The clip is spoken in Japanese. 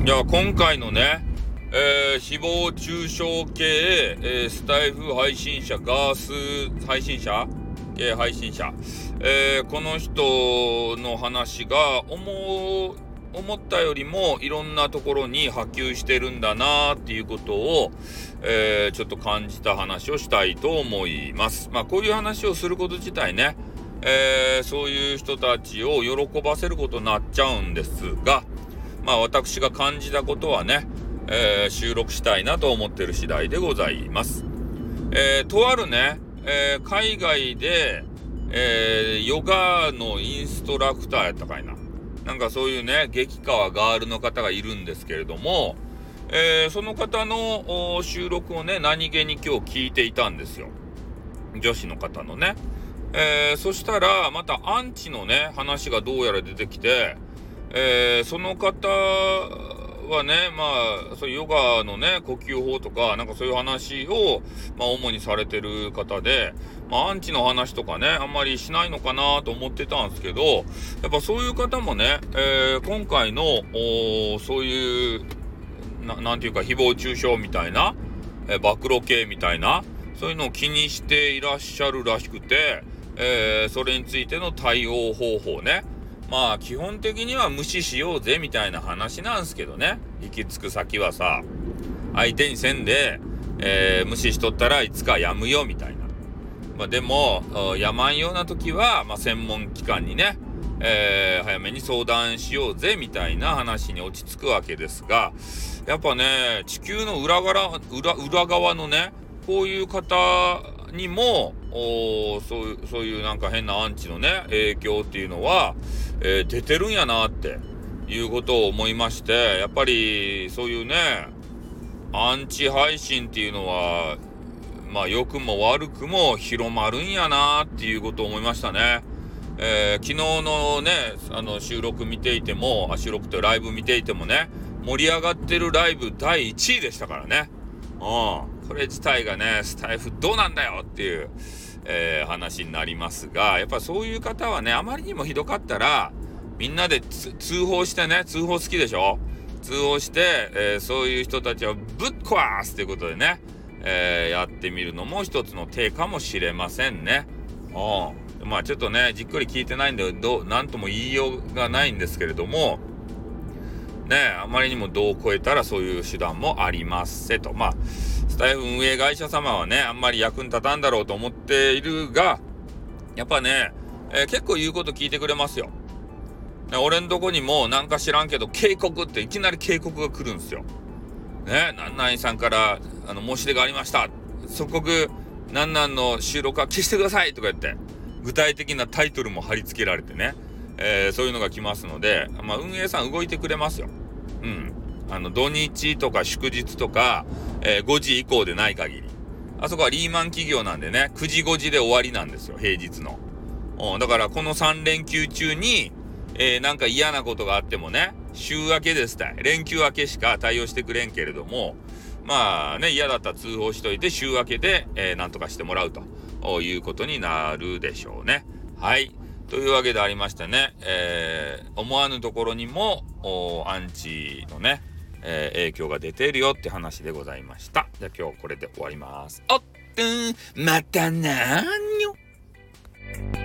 いや、今回のね、誹謗中傷系、スタイフ配信者、ガース配信者、配信者、この人の話が思ったよりもいろんなところに波及してるんだなっていうことを、ちょっと感じた話をしたいと思います。こういう話をすること自体ね、そういう人たちを喜ばせることになっちゃうんですが、私が感じたことはね、収録したいなと思っている次第でございます。とあるね、海外で、ヨガのインストラクターやったかいな。なんかそういうね、激川ガールの方がいるんですけれども、その方の収録をね、何気に今日聞いていたんですよ。女子の方のね。そしたら、またアンチのね、話がどうやら出てきて、その方はね、そういうヨガのね、呼吸法とか、なんかそういう話を、主にされてる方で、アンチの話とかね、あんまりしないのかなと思ってたんですけど、やっぱそういう方もね、今回の、そういう、なんていうか、誹謗中傷みたいな、暴露系みたいな、そういうのを気にしていらっしゃるらしくて、それについての対応方法ね、基本的には無視しようぜみたいな話なんすけどね。行き着く先はさ、相手にせんで、無視しとったらいつかやむよみたいな。でもやまんような時は、専門機関にね、早めに相談しようぜみたいな話に落ち着くわけですが、やっぱね、地球の裏側のね、こういう方にもそういうなんか変なアンチのね影響っていうのは、出てるんやなっていうことを思いまして、やっぱりそういうねアンチ配信っていうのは良くも悪くも広まるんやなっていうことを思いましたね。昨日のね収録見ていても収録とライブ見ていてもね、盛り上がってるライブ第1位でしたからね。これ自体がね、スタイフどうなんだよっていう、話になりますが、やっぱそういう方はね、あまりにもひどかったらみんなで通報してね、通報好きでしょ、通報して、そういう人たちをぶっ壊すということでね、やってみるのも一つの手かもしれませんね。ちょっとねじっくり聞いてないんでなんとも言いようがないんですけれどもね、あまりにも度を超えたらそういう手段もありますせと。スタイフ運営会社様はね、あんまり役に立たんだろうと思っているが、やっぱね、結構言うこと聞いてくれますよ。俺んとこにもなんか知らんけど警告っていきなり警告が来るんですよ。ね、なんなんさんから申し出がありました。即刻なんなんの収録は消してくださいとか言って、具体的なタイトルも貼り付けられてね、そういうのが来ますので、運営さん動いてくれますよ。土日とか祝日とか、5時以降でない限り。あそこはリーマン企業なんでね、9時5時で終わりなんですよ、平日の。だからこの3連休中に、なんか嫌なことがあってもね、週明けですたい。連休明けしか対応してくれんけれども、嫌だったら通報しといて週明けで、なんとかしてもらうということになるでしょうね。はい。というわけでありましてね、思わぬところにもアンチのね、影響が出ているよって話でございました。じゃあ今日これで終わります。またなーにょ。